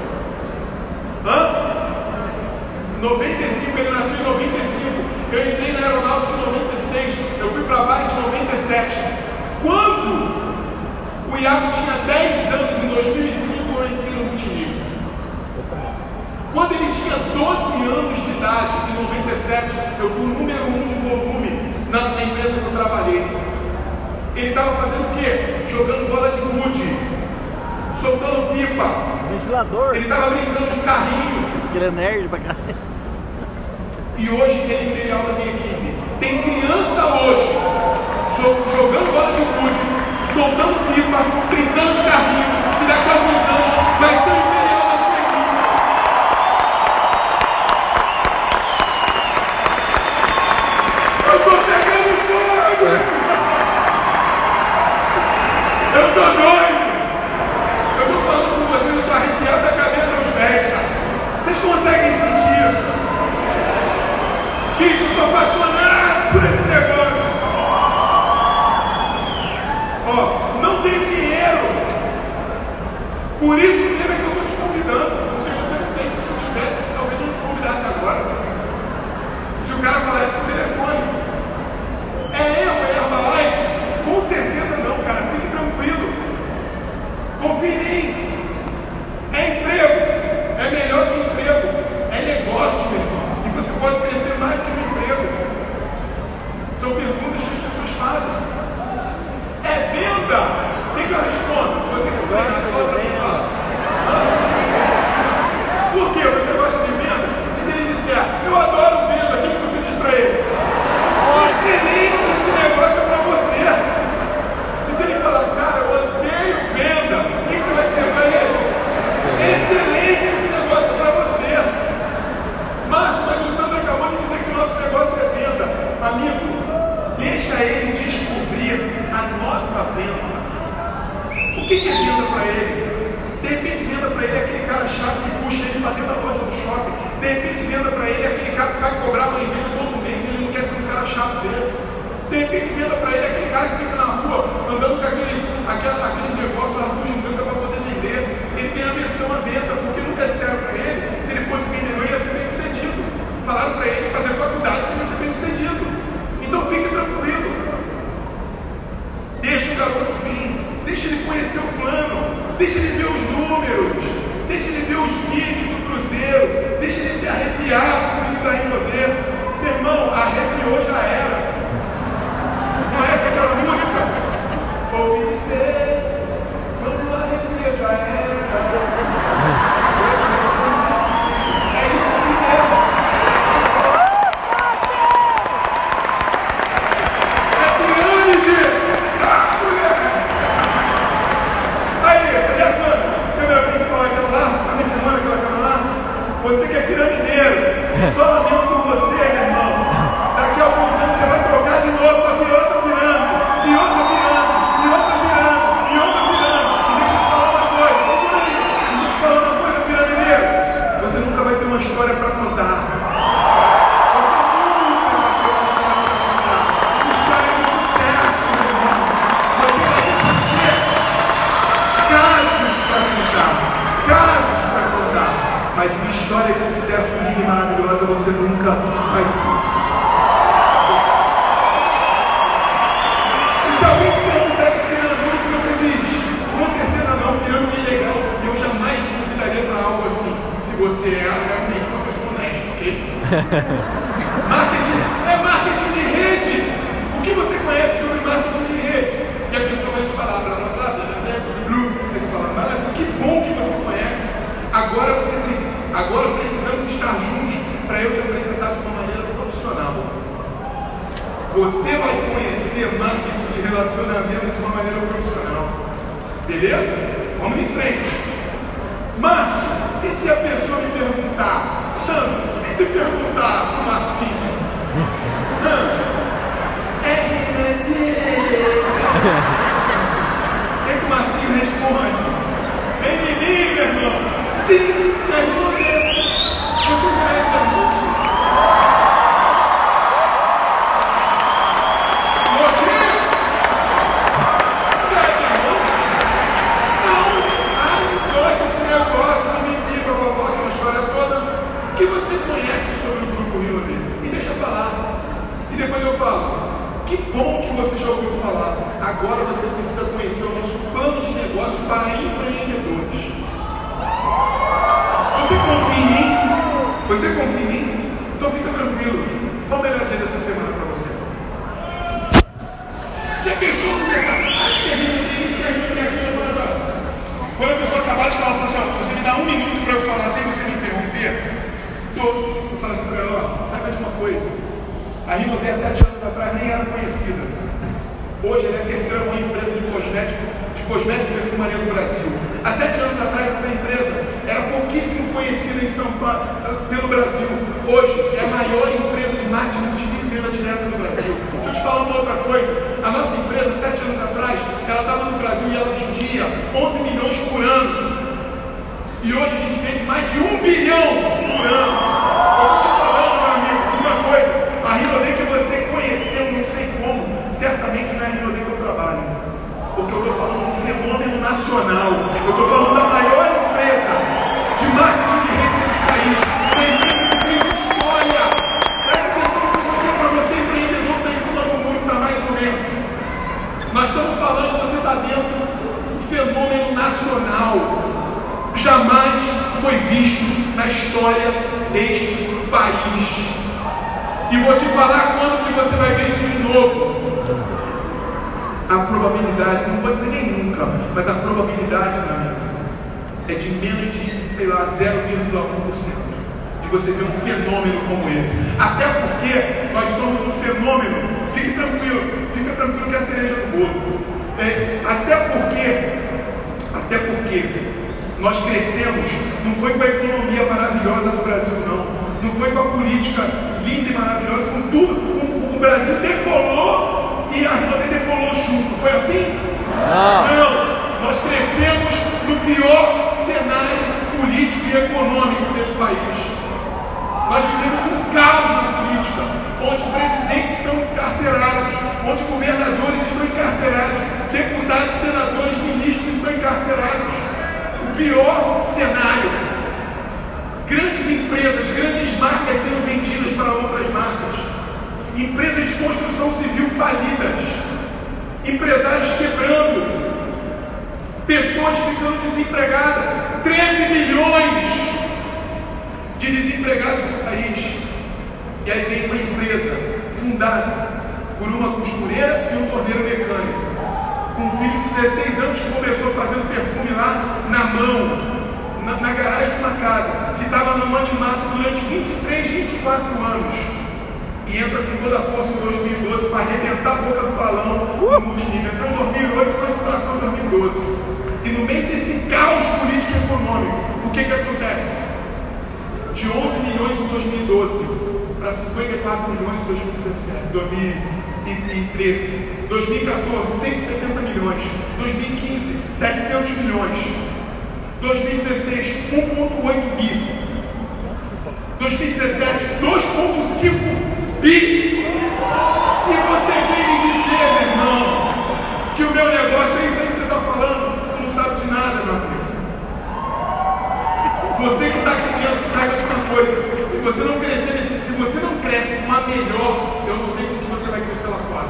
95, ele nasceu em 95. Eu entrei na aeronáutica em 96. Eu fui para a Varig em 97. Quando o Iago tinha 10 anos, em 2005, eu entrei no multinível. Quando ele tinha 12 anos de idade, em 97, eu fui o número 1 de volume na empresa que eu trabalhei. Ele estava fazendo o quê? Jogando bola de gude, soltando pipa. Ventilador. Ele estava brincando de carrinho. Ele é nerd pra caralho. E hoje ele é imperial da minha equipe. Tem criança hoje jogando bola de gude, soltando pipa, brincando de carrinho, e daqui a alguns anos vai ser o imperial da sua equipe. Bicho, eu sou apaixonado por esse negócio. Ó, não tem dinheiro. Por isso mesmo é que eu estou te convidando. Porque você não tem. Se eu tivesse, talvez eu não te convidasse agora. Se o cara falar isso no telefone. É eu, é Herbalife? Com certeza não, cara. Fique tranquilo. Confie em mim. É emprego. É melhor que emprego. É negócio, meu irmão. E você pode crescer mais do que um emprego. São perguntas que as pessoas fazem. É venda? O que eu respondo? Você se gosta de venda? Por quê? Você gosta de venda? E se ele disser, eu adoro venda, o que você diz para ele? Excelente, esse negócio é para você. E se ele falar, cara, eu odeio venda, o que você vai dizer para ele? Excelente, esse negócio é para você. Márcio, mas o Sandro acabou de dizer que o nosso negócio é venda. Amigo, deixa ele descobrir a nossa venda. O que é venda para ele? De repente, venda para ele é aquele cara chato que puxa ele para dentro da loja do shopping. De repente, venda para ele é aquele cara que vai cobrar a mãe dele todo mês e ele não quer ser um cara chato desse. De repente, venda para ele é aquele cara que fica na rua andando com aqueles negócios na rua gigante para poder vender. Ele tem aversão à venda, porque nunca disseram para ele, se ele fosse vendedor, ia ser bem sucedido. Falaram para ele fazer faculdade para ele ser bem sucedido. Então, fique tranquilo. Deixa o garoto vir, deixa ele conhecer o plano, deixa ele ver os números, deixa ele ver os vídeos do Cruzeiro, deixa ele se arrepiar com o vídeo da Rinodê. Meu irmão, arrepiou já era. Conhece aquela música? Ouvi dizer, quando arrepia já era. É isso que mesmo. Você que é piramideiro, só lamento por você, meu irmão. Daqui a alguns anos você vai trocar de novo para outra pirâmide, e outra pirâmide, e outra pirâmide, e outra pirâmide. E deixa eu te falar uma coisa, segura aí. Deixa eu te falar uma coisa, piramideiro. Você nunca vai ter uma história para contar. Você nunca vai ter uma história para contar. Uma história de sucesso, meu irmão. Você vai ter casos para contar. Casos para contar. Mas uma história de sucesso linda e maravilhosa você nunca vai ter. E se alguém te perguntar que pirâmide, o que você diz? Com certeza não, pirâmide é legal e eu jamais te convidaria para algo assim. Se você é realmente uma pessoa honesta, ok? Marketing de rede. O que você conhece sobre marketing de rede? E a pessoa vai te falar, blá blá blá, blá blá blá. Aí você fala, maravilha, que bom que você conhece. Agora precisamos estar juntos para eu te apresentar de uma maneira profissional. Você vai conhecer marketing de relacionamento de uma maneira profissional. Beleza? Vamos em frente. Márcio, e se a pessoa me perguntar, Sandro, e se perguntar o Marcinho? É que o Marcinho responde. Vem menino, meu irmão. Sim, pergunta. Você já é diamante? Você? Já é diamante? Não. Ai, gosto desse negócio, não me pica, vovó, aquela história toda. O que você conhece sobre o Grupo Rinodê? E deixa eu falar. E depois eu falo. Que bom que você já ouviu falar. Agora você precisa conhecer o nosso plano de negócio para empreendedores. Você confia em mim? Você confia em mim? Então fica tranquilo. Qual o melhor dia dessa semana para você? Se a pessoa começar a perguntar isso, perguntar aquilo, fala assim, ó. Quando a pessoa acabar de falar, fala assim, ó, você me dá um minuto para eu falar sem você me interromper? Eu falo assim para ela, ó, saiba de uma coisa. A Rinodê há 7 anos atrás nem era conhecida. Hoje ela é a terceira maior empresa de cosmético e perfumaria do Brasil. Há 7 anos atrás essa empresa era pouquíssimo conhecida em São Paulo, pelo Brasil. Hoje é a maior empresa de marketing multinível e venda direta do Brasil. Deixa eu te falar uma outra coisa. A nossa empresa, 7 anos atrás, ela estava no Brasil e ela vendia 11 milhões por ano. E hoje a gente vende mais de 1 bilhão por ano. Eu estou te falando, meu amigo, de uma coisa. E vou te falar quando que você vai ver isso de novo. A probabilidade, não vou dizer nem nunca, mas a probabilidade, meu amigo, é de menos de, sei lá, 0,1% de você ver um fenômeno como esse. Até porque nós somos um fenômeno. Fique tranquilo, fica tranquilo que é a cereja do bolo. Até porque nós crescemos, não foi com a economia maravilhosa do Brasil, não foi com a política linda e maravilhosa, com tudo, o Brasil decolou e a Argentina decolou junto, foi assim? Não, nós crescemos no pior cenário político e econômico desse país. Nós vivemos um caos na política, onde presidentes estão encarcerados, onde governadores estão encarcerados, deputados, senadores, ministros estão encarcerados. O pior cenário. Grandes empresas, grandes marcas sendo vendidas para outras marcas. Empresas de construção civil falidas. Empresários quebrando. Pessoas ficando desempregadas. 13 milhões de desempregados no país. E aí vem uma empresa fundada por uma costureira e um torneiro mecânico, com um filho de 16 anos que começou fazendo perfume lá na mão, na garagem de uma casa, que estava no anonimato durante 23, 24 anos, e entra com toda a força em 2012 para arrebentar a boca do balão no multinível. Entrou em 2008, depois para cá em 2012. E no meio desse caos político e econômico, o que acontece? De 11 milhões em 2012 para 54 milhões em 2013, 2014, 170 milhões, 2015, 700 milhões, 2016, 1,8 bi, 2017, 2,5 bi. E você vem me dizer, meu irmão, que o meu negócio é isso aí que você está falando, tu não sabe de nada, meu amigo. Você que está aqui dentro, saiba de uma coisa: se você não crescer se você não cresce com a melhor, eu não sei com que você vai crescer lá fora.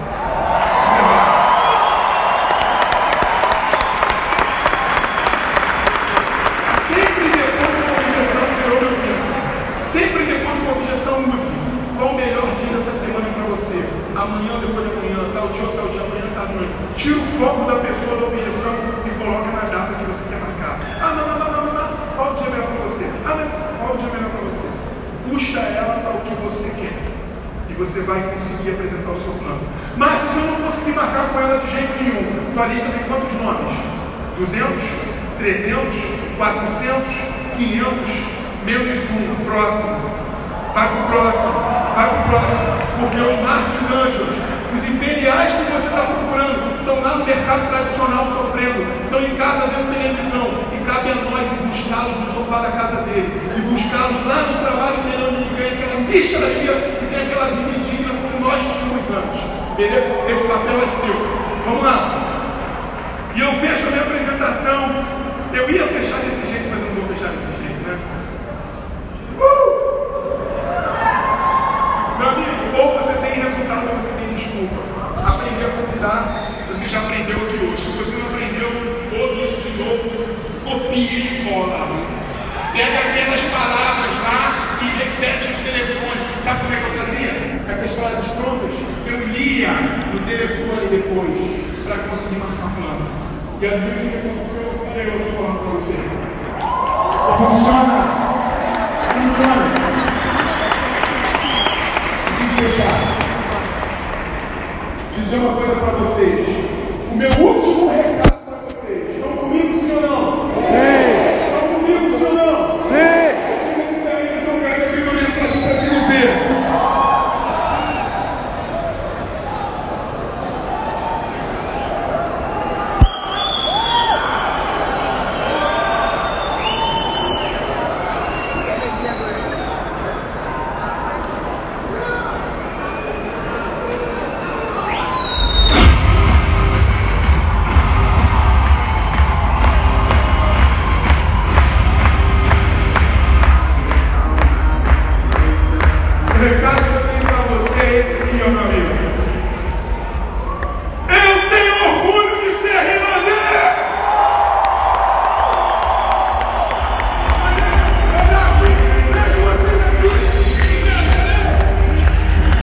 Sempre depois de uma objeção, zerou meu tempo. Sempre depois de uma objeção, use. Qual o melhor dia dessa semana para você? Amanhã, depois de amanhã, tal dia, amanhã, tal noite. Tira o foco da pessoa da objeção e coloca na data que você quer marcar. Não. Qual o dia melhor para você? Qual o dia melhor para você? Puxa ela para o que você quer. E você vai conseguir apresentar o seu plano. Mas se você não conseguir marcar com ela de jeito nenhum, tua lista tem quantos nomes? 200? 300? 400? 500? Menos um. Próximo. Vai para o próximo. Porque os Márcios Ângelos, os imperiais que você está procurando, estão lá no mercado tradicional sofrendo, estão em casa vendo televisão, e cabe a nós ir buscá-los no sofá da casa dele, e buscá-los lá no trabalho dele, onde ele ganha aquela mixaria e tem aquela vida indigna como nós tínhamos antes. Beleza? Esse papel é seu. Vamos lá. E eu fecho a minha apresentação. Eu ia fechar desse jeito, mas eu não vou fechar desse jeito, né? Meu amigo, ou você tem resultado ou você tem desculpa. Aprender a convidar, você já aprendeu aqui hoje. Se você não aprendeu, ouve isso de novo, copia e cola. Pega aquelas palavras lá e repete no telefone. Sabe como é que eu fazia? Essas frases prontas, eu lia no telefone depois, para conseguir marcar plano. E às vezes o que aconteceu, olha eu estou falando para você. Funciona. Dizer uma coisa para vocês. O meu último recado